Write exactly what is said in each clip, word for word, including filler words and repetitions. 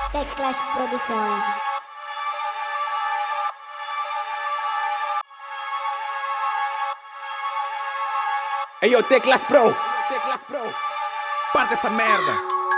Teclas Produções. Ei, ô Teclas Pro, Teclas Pro, parte essa merda.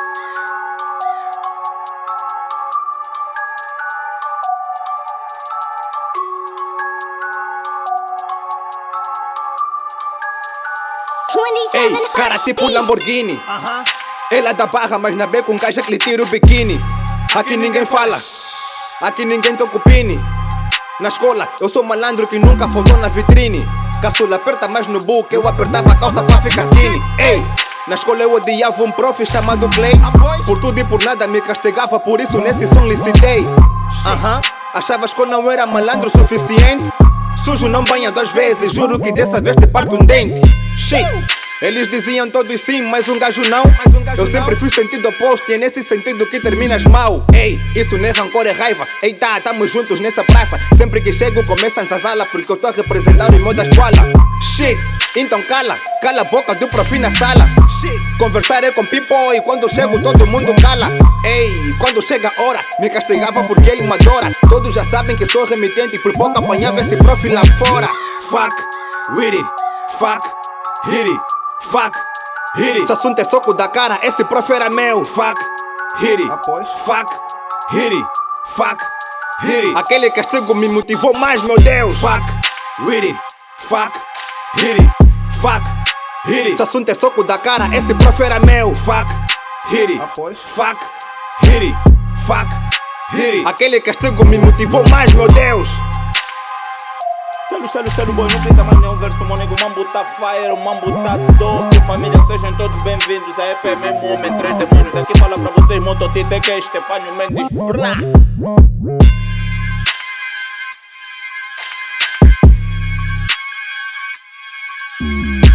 Ei, cara tipo Lamborghini. uh-huh. Ela da barra, mas na B com caixa que lhe tira o biquíni. Aqui ninguém fala, aqui ninguém toca o pini. Na escola, eu sou malandro que nunca fodou na vitrine. Caçula aperta mais no book, eu apertava a calça pra ficar skinny. Ei, na escola eu odiava um prof chamado Clay. Por tudo e por nada me castigava, por isso nesse som licitei. Aham, uh-huh. Achavas que eu não era malandro o suficiente? Sujo não banha duas vezes, juro que dessa vez te parto um dente. Shit. Eles diziam todos sim, mas um gajo não. Um gajo eu não. Sempre fui sentido oposto e é nesse sentido que terminas mal. Ei, isso nem rancor é raiva. Ei tá, tamo juntos nessa praça. Sempre que chego começam a zala porque eu tô a representar o irmão da escola. Shit, então cala, cala a boca do profi na sala. Shit, conversar é com people e quando chego todo mundo cala. Ei, quando chega a hora, me castigava porque ele me adora. Todos já sabem que sou remitente e por pouco apanhava esse profi lá fora. Fuck, with it, fuck, hit it. Fuck, hit it. Esse assunto é soco da cara, esse prof era meu. Fuck, hit it. Após. Fuck, hit it. Fuck, hit it. Aquele castigo me motivou mais, meu Deus. Fuck, with it. Fuck, hit it. Fuck, hit it. Esse assunto é soco da cara, esse prof era meu. Fuck, hit it. Após. Fuck, hit it. Fuck, hit it. Aquele castigo me motivou mais, meu Deus. Selo, selo, selo, boy, não grita mais nenhum verso, meu nego, mambo tá fire, o mambo tá dope. Família, sejam todos bem-vindos a E P M M, homem, três demônios. Aqui fala pra vocês, Mototite, que é Estefânio Mendes, brá.